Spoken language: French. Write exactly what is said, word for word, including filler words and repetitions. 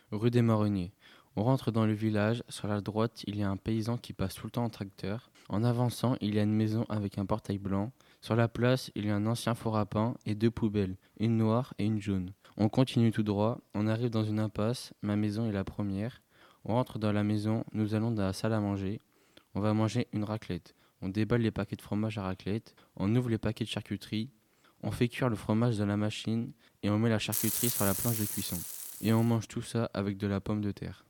Rue des Marronniers. On rentre dans le village. Sur la droite, il y a un paysan qui passe tout le temps en tracteur. En avançant, il y a une maison avec un portail blanc. Sur la place, il y a un ancien four à pain et deux poubelles, une noire et une jaune. On continue tout droit. On arrive dans une impasse. Ma maison est la première. On rentre dans la maison. Nous allons dans la salle à manger. On va manger une raclette. On déballe les paquets de fromage à raclette. On ouvre les paquets de charcuterie. On fait cuire le fromage dans la machine et on met la charcuterie sur la planche de cuisson. Et on mange tout ça avec de la pomme de terre.